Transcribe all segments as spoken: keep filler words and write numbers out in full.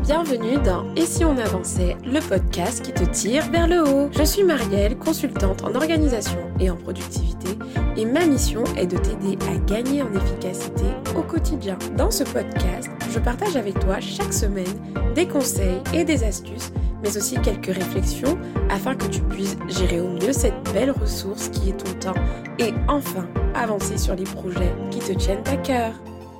Bienvenue dans Et si on avançait, le podcast qui te tire vers le haut. Je suis Marielle, consultante en organisation et en productivité, et ma mission est de t'aider à gagner en efficacité au quotidien. Dans ce podcast, je partage avec toi chaque semaine des conseils et des astuces, mais aussi quelques réflexions afin que tu puisses gérer au mieux cette belle ressource qui est ton temps et enfin avancer sur les projets qui te tiennent à cœur.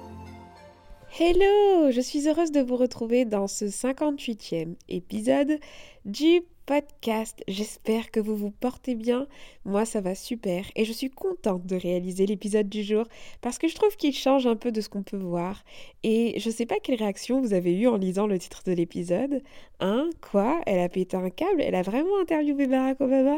Hello, je suis heureuse de vous retrouver dans ce cinquante-huitième épisode du podcast. J'espère que vous vous portez bien. Moi, ça va super et je suis contente de réaliser l'épisode du jour parce que je trouve qu'il change un peu de ce qu'on peut voir. Et je sais pas quelle réaction vous avez eue en lisant le titre de l'épisode. Hein? Quoi? Elle a pété un câble? Elle a vraiment interviewé Barack Obama?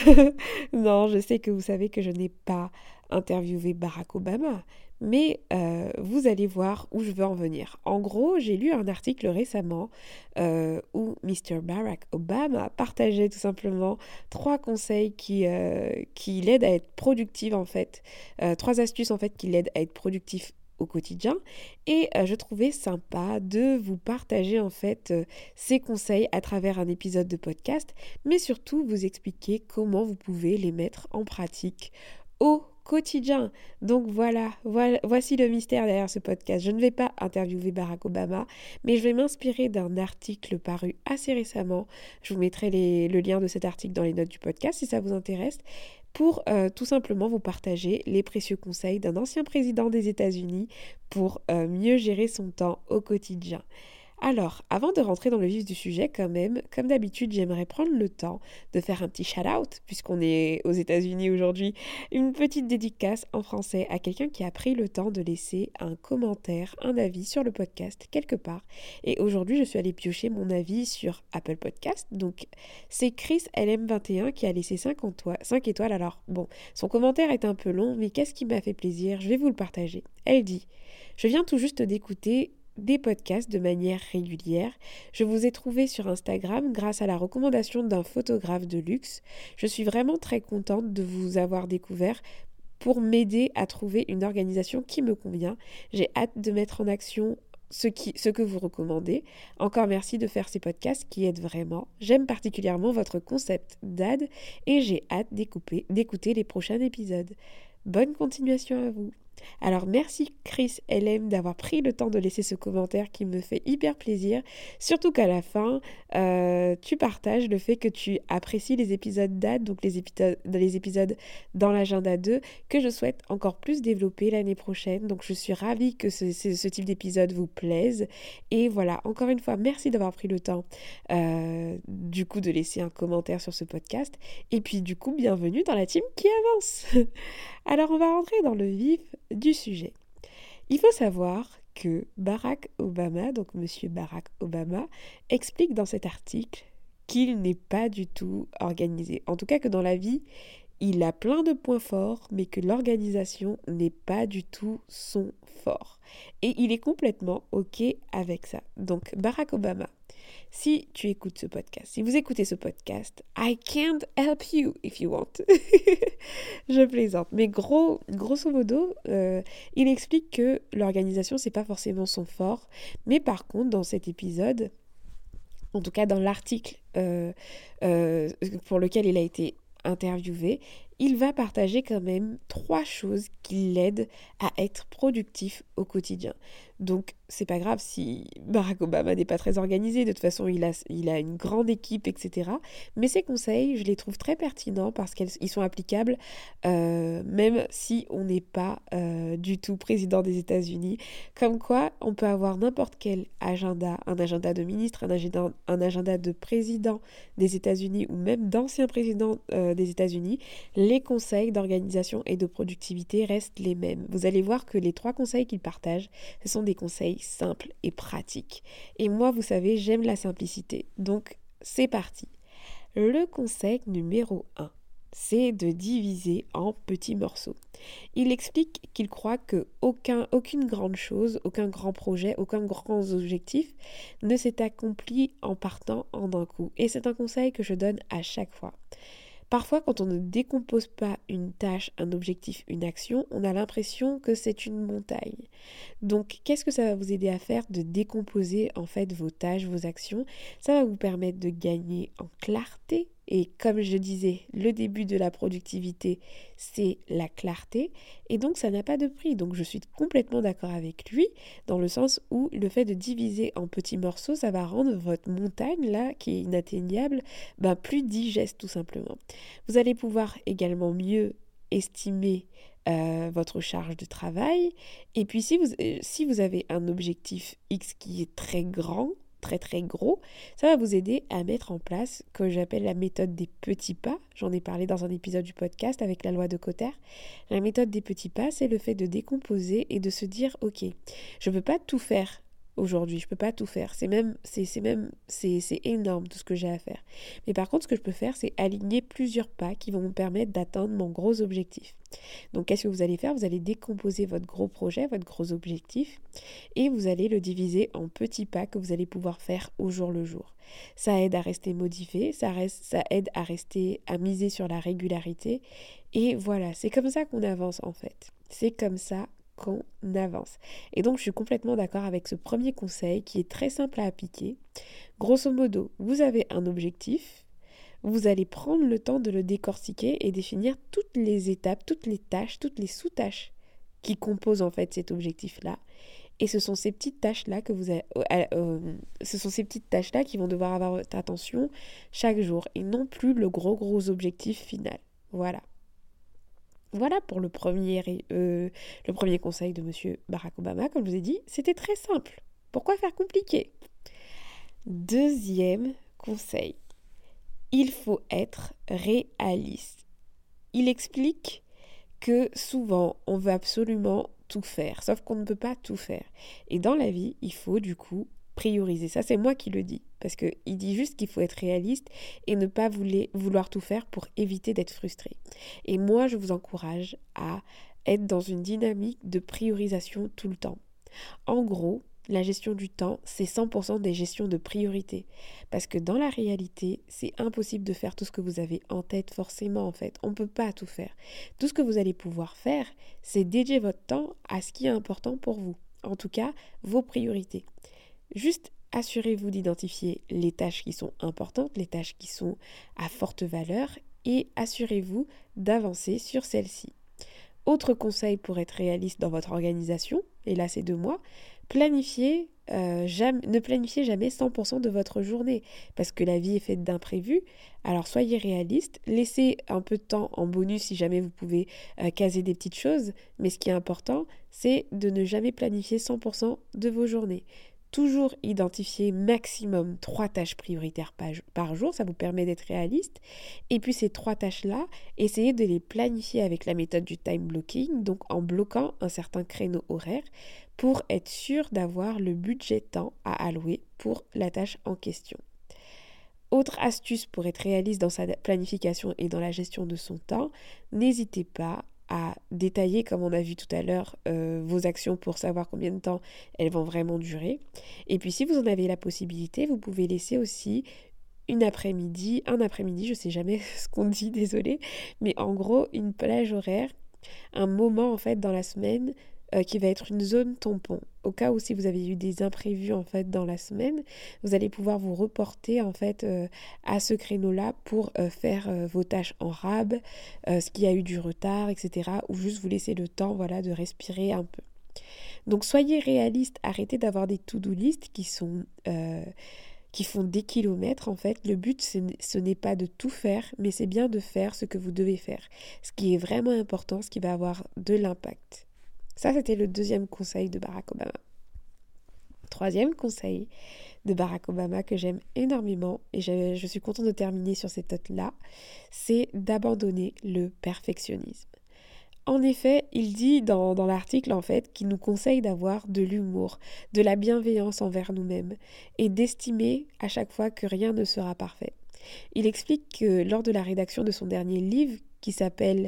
Non, je sais que vous savez que je n'ai pas interviewé Barack Obama. Mais euh, vous allez voir où je veux en venir. En gros, j'ai lu un article récemment euh, où mister Barack Obama partageait tout simplement trois conseils qui, euh, qui l'aident à être productif en fait. Euh, trois astuces en fait qui l'aident à être productif au quotidien. Et euh, je trouvais sympa de vous partager en fait euh, ces conseils à travers un épisode de podcast, mais surtout vous expliquer comment vous pouvez les mettre en pratique au quotidien. Donc voilà, voilà, voici le mystère derrière ce podcast. Je ne vais pas interviewer Barack Obama, mais je vais m'inspirer d'un article paru assez récemment. Je vous mettrai les, le lien de cet article dans les notes du podcast si ça vous intéresse, pour euh, tout simplement vous partager les précieux conseils d'un ancien président des États-Unis pour euh, mieux gérer son temps au quotidien. Alors, avant de rentrer dans le vif du sujet, quand même, comme d'habitude, j'aimerais prendre le temps de faire un petit shout-out, puisqu'on est aux États-Unis aujourd'hui, une petite dédicace en français à quelqu'un qui a pris le temps de laisser un commentaire, un avis sur le podcast quelque part. Et aujourd'hui, je suis allée piocher mon avis sur Apple Podcast. Donc, c'est Chris L M vingt et un qui a laissé cinq étoiles. Alors, bon, son commentaire est un peu long, mais qu'est-ce qui m'a fait plaisir? Je vais vous le partager. Elle dit « Je viens tout juste d'écouter des podcasts de manière régulière. Je vous ai trouvé sur Instagram grâce à la recommandation d'un photographe de luxe. Je suis vraiment très contente de vous avoir découvert pour m'aider à trouver une organisation qui me convient. J'ai hâte de mettre en action ce, qui, ce que vous recommandez. Encore merci de faire ces podcasts qui aident vraiment. J'aime particulièrement votre concept d'A D et j'ai hâte d'écouter les prochains épisodes. Bonne continuation à vous. » Alors merci Chris L M d'avoir pris le temps de laisser ce commentaire qui me fait hyper plaisir, surtout qu'à la fin euh, tu partages le fait que tu apprécies les épisodes d'A D, donc les épisodes, les épisodes dans l'agenda deux, que je souhaite encore plus développer l'année prochaine. Donc je suis ravie que ce, ce, ce type d'épisode vous plaise. Et voilà, encore une fois, merci d'avoir pris le temps euh, du coup de laisser un commentaire sur ce podcast. Et puis du coup, bienvenue dans la team qui avance. Alors on va rentrer dans le vif du sujet. Il faut savoir que Barack Obama, donc monsieur Barack Obama, explique dans cet article qu'il n'est pas du tout organisé. En tout cas que dans la vie, il a plein de points forts, mais que l'organisation n'est pas du tout son fort. Et il est complètement OK avec ça. Donc Barack Obama, si tu écoutes ce podcast, si vous écoutez ce podcast, I can't help you if you want. Je plaisante. Mais gros, grosso modo, euh, il explique que l'organisation, c'est pas forcément son fort. Mais par contre, dans cet épisode, en tout cas dans l'article euh, euh, pour lequel il a été interviewé, il va partager quand même trois choses qui l'aident à être productif au quotidien. Donc, c'est pas grave si Barack Obama n'est pas très organisé, de toute façon, il a, il a une grande équipe, et cetera. Mais ces conseils, je les trouve très pertinents parce qu'ils sont applicables euh, même si on n'est pas euh, du tout président des États-Unis. Comme quoi, on peut avoir n'importe quel agenda, un agenda de ministre, un agenda, un agenda de président des États-Unis ou même d'ancien président euh, des États-Unis. Les conseils d'organisation et de productivité restent les mêmes. Vous allez voir que les trois conseils qu'il partage, ce sont des conseils simples et pratiques. Et moi, vous savez, j'aime la simplicité. Donc, c'est parti. Le conseil numéro un, c'est de diviser en petits morceaux. Il explique qu'il croit que aucun, aucune grande chose, aucun grand projet, aucun grand objectif ne s'est accompli en partant en un coup. Et c'est un conseil que je donne à chaque fois. Parfois, quand on ne décompose pas une tâche, un objectif, une action, on a l'impression que c'est une montagne. Donc, qu'est-ce que ça va vous aider à faire? De décomposer en fait vos tâches, vos actions. Ça va vous permettre de gagner en clarté. Et comme je disais, le début de la productivité, c'est la clarté. Et donc, ça n'a pas de prix. Donc, je suis complètement d'accord avec lui, dans le sens où le fait de diviser en petits morceaux, ça va rendre votre montagne, là, qui est inatteignable, ben, plus digeste, tout simplement. Vous allez pouvoir également mieux estimer euh, votre charge de travail. Et puis, si vous, euh, si vous avez un objectif X qui est très grand, très très gros, ça va vous aider à mettre en place ce que j'appelle la méthode des petits pas. J'en ai parlé dans un épisode du podcast avec la loi de Cotter. La méthode des petits pas, c'est le fait de décomposer et de se dire, ok, je ne peux pas tout faire aujourd'hui, je ne peux pas tout faire. C'est même, c'est, c'est même, c'est, c'est énorme tout ce que j'ai à faire. Mais par contre, ce que je peux faire, c'est aligner plusieurs pas qui vont me permettre d'atteindre mon gros objectif. Donc, qu'est-ce que vous allez faire? Vous allez décomposer votre gros projet, votre gros objectif, et vous allez le diviser en petits pas que vous allez pouvoir faire au jour le jour. Ça aide à rester motivé, ça, reste, ça aide à rester, à miser sur la régularité. Et voilà, c'est comme ça qu'on avance en fait. C'est comme ça qu'on avance. Et donc, je suis complètement d'accord avec ce premier conseil qui est très simple à appliquer. Grosso modo, vous avez un objectif. Vous allez prendre le temps de le décortiquer et définir toutes les étapes, toutes les tâches, toutes les sous-tâches qui composent en fait cet objectif-là. Et ce sont ces petites tâches-là que vous avez, euh, euh, ce sont ces petites tâches-là qui vont devoir avoir votre attention chaque jour et non plus le gros gros objectif final. Voilà. Voilà pour le premier, euh, le premier conseil de Monsieur Barack Obama. Comme je vous ai dit, c'était très simple. Pourquoi faire compliqué? Deuxième conseil. Il faut être réaliste. Il explique que souvent, on veut absolument tout faire, sauf qu'on ne peut pas tout faire. Et dans la vie, il faut du coup prioriser. Ça, c'est moi qui le dis, parce qu'il dit juste qu'il faut être réaliste et ne pas vouler, vouloir tout faire pour éviter d'être frustré. Et moi, je vous encourage à être dans une dynamique de priorisation tout le temps. En gros, la gestion du temps, c'est cent pour cent des gestions de priorité. Parce que dans la réalité, c'est impossible de faire tout ce que vous avez en tête forcément en fait. On ne peut pas tout faire. Tout ce que vous allez pouvoir faire, c'est dédier votre temps à ce qui est important pour vous. En tout cas, vos priorités. Juste assurez-vous d'identifier les tâches qui sont importantes, les tâches qui sont à forte valeur et assurez-vous d'avancer sur celles-ci. Autre conseil pour être réaliste dans votre organisation, et là c'est de moi, planifiez, euh, jamais, ne planifiez jamais cent pour cent de votre journée, parce que la vie est faite d'imprévus. Alors soyez réaliste, laissez un peu de temps en bonus si jamais vous pouvez euh, caser des petites choses, mais ce qui est important, c'est de ne jamais planifier cent pour cent de vos journées. Toujours identifier maximum trois tâches prioritaires par jour, ça vous permet d'être réaliste. Et puis ces trois tâches-là, essayez de les planifier avec la méthode du time blocking, donc en bloquant un certain créneau horaire pour être sûr d'avoir le budget temps à allouer pour la tâche en question. Autre astuce pour être réaliste dans sa planification et dans la gestion de son temps, n'hésitez pas à détailler, comme on a vu tout à l'heure, euh, vos actions pour savoir combien de temps elles vont vraiment durer. Et puis si vous en avez la possibilité, vous pouvez laisser aussi une après-midi, un après-midi, je ne sais jamais ce qu'on dit, désolé, mais en gros une plage horaire, un moment en fait dans la semaine euh, qui va être une zone tampon. Au cas où si vous avez eu des imprévus en fait dans la semaine, vous allez pouvoir vous reporter en fait euh, à ce créneau-là pour euh, faire euh, vos tâches en rab, euh, ce qui a eu du retard, et cetera. Ou juste vous laisser le temps, voilà, de respirer un peu. Donc soyez réaliste, arrêtez d'avoir des to-do list qui sont euh, qui font des kilomètres en fait. Le but ce n'est pas de tout faire, mais c'est bien de faire ce que vous devez faire. Ce qui est vraiment important, ce qui va avoir de l'impact. Ça, c'était le deuxième conseil de Barack Obama. Troisième conseil de Barack Obama que j'aime énormément, et je, je suis contente de terminer sur cette note-là, c'est d'abandonner le perfectionnisme. En effet, il dit dans, dans l'article en fait qu'il nous conseille d'avoir de l'humour, de la bienveillance envers nous-mêmes et d'estimer à chaque fois que rien ne sera parfait. Il explique que lors de la rédaction de son dernier livre qui s'appelle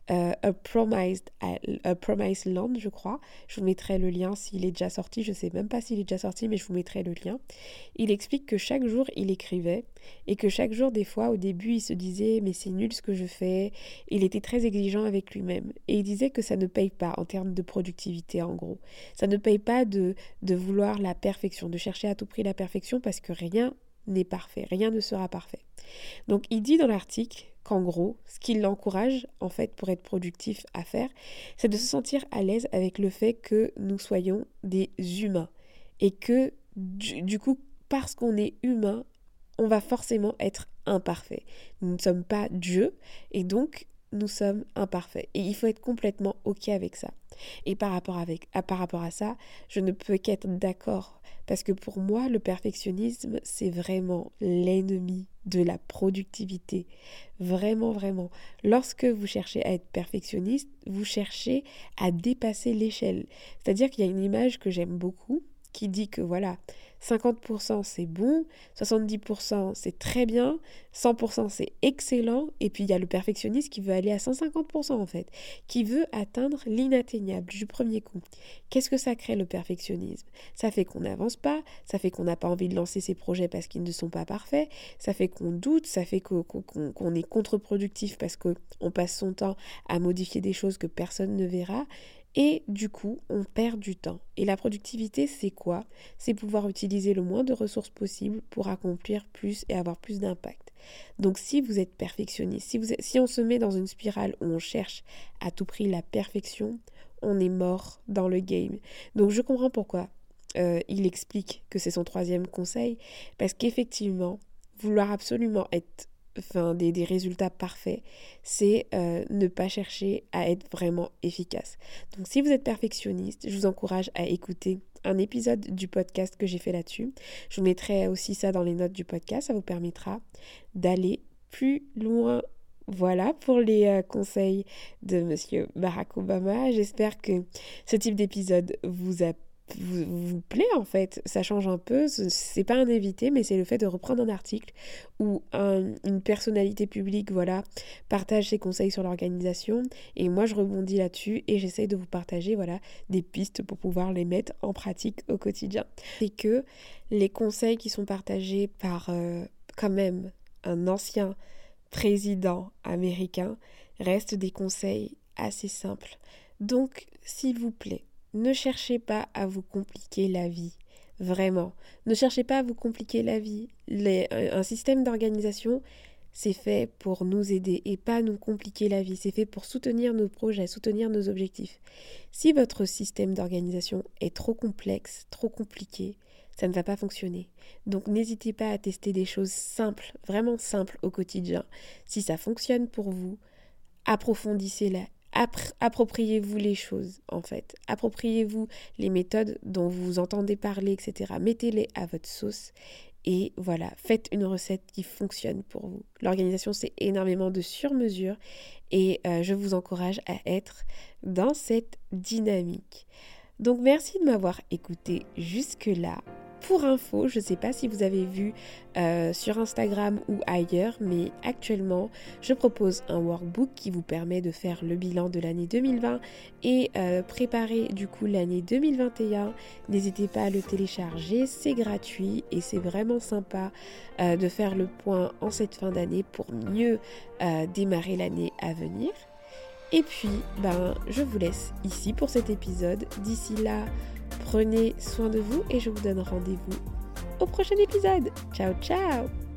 euh, A Promised, A Promised Land, je crois. Je vous mettrai le lien s'il est déjà sorti. Je ne sais même pas s'il est déjà sorti, mais je vous mettrai le lien. Il explique que chaque jour, il écrivait et que chaque jour, des fois, au début, il se disait « mais c'est nul ce que je fais ». Il était très exigeant avec lui-même. Et il disait que ça ne paye pas en termes de productivité, en gros. Ça ne paye pas de, de vouloir la perfection, de chercher à tout prix la perfection parce que rien n'est parfait, rien ne sera parfait. Donc il dit dans l'article qu'en gros, ce qui l'encourage en fait pour être productif à faire, c'est de se sentir à l'aise avec le fait que nous soyons des humains et que du, du coup, parce qu'on est humain, on va forcément être imparfait. Nous ne sommes pas Dieu et donc nous sommes imparfaits. Et il faut être complètement OK avec ça. Et par rapport, avec, à, par rapport à ça, je ne peux qu'être d'accord. Parce que pour moi, le perfectionnisme, c'est vraiment l'ennemi de la productivité. Vraiment, vraiment. Lorsque vous cherchez à être perfectionniste, vous cherchez à dépasser l'échelle. C'est-à-dire qu'il y a une image que j'aime beaucoup qui dit que voilà, cinquante pour cent c'est bon, soixante-dix pour cent c'est très bien, cent pour cent c'est excellent, et puis il y a le perfectionniste qui veut aller à cent cinquante pour cent en fait, qui veut atteindre l'inatteignable du premier coup. Qu'est-ce que ça crée le perfectionnisme ? Ça fait qu'on n'avance pas, ça fait qu'on n'a pas envie de lancer ses projets parce qu'ils ne sont pas parfaits, ça fait qu'on doute, ça fait qu'on, qu'on, qu'on est contre-productif parce qu'on passe son temps à modifier des choses que personne ne verra. Et du coup, on perd du temps. Et la productivité, c'est quoi ? C'est pouvoir utiliser le moins de ressources possible pour accomplir plus et avoir plus d'impact. Donc si vous êtes perfectionniste, si, vous êtes, si on se met dans une spirale où on cherche à tout prix la perfection, on est mort dans le game. Donc je comprends pourquoi euh, il explique que c'est son troisième conseil, parce qu'effectivement, vouloir absolument être Enfin, des, des résultats parfaits, c'est euh, ne pas chercher à être vraiment efficace. Donc si vous êtes perfectionniste, je vous encourage à écouter un épisode du podcast que j'ai fait là-dessus. Je vous mettrai aussi ça dans les notes du podcast, ça vous permettra d'aller plus loin. Voilà pour les euh, conseils de Monsieur Barack Obama. J'espère que ce type d'épisode vous a Vous, vous plaît en fait, ça change un peu, c'est pas un évité, mais c'est le fait de reprendre un article où un, une personnalité publique voilà, partage ses conseils sur l'organisation et moi je rebondis là-dessus et j'essaye de vous partager voilà, des pistes pour pouvoir les mettre en pratique au quotidien. C'est que les conseils qui sont partagés par euh, quand même un ancien président américain restent des conseils assez simples. Donc s'il vous plaît, ne cherchez pas à vous compliquer la vie, vraiment. Ne cherchez pas à vous compliquer la vie. Les, un, un système d'organisation, c'est fait pour nous aider et pas nous compliquer la vie. C'est fait pour soutenir nos projets, soutenir nos objectifs. Si votre système d'organisation est trop complexe, trop compliqué, ça ne va pas fonctionner. Donc n'hésitez pas à tester des choses simples, vraiment simples au quotidien. Si ça fonctionne pour vous, approfondissez-la. Appr- appropriez-vous les choses, en fait. Appropriez-vous les méthodes dont vous entendez parler, et cetera. Mettez-les à votre sauce et voilà, faites une recette qui fonctionne pour vous. L'organisation, c'est énormément de sur-mesure et euh, je vous encourage à être dans cette dynamique. Donc, merci de m'avoir écouté jusque-là. Pour info, je ne sais pas si vous avez vu euh, sur Instagram ou ailleurs, mais actuellement, je propose un workbook qui vous permet de faire le bilan de l'année deux mille vingt et euh, préparer du coup l'année deux mille vingt et un. N'hésitez pas à le télécharger, c'est gratuit et c'est vraiment sympa euh, de faire le point en cette fin d'année pour mieux euh, démarrer l'année à venir. Et puis, ben, je vous laisse ici pour cet épisode. D'ici là, prenez soin de vous et je vous donne rendez-vous au prochain épisode. Ciao, ciao!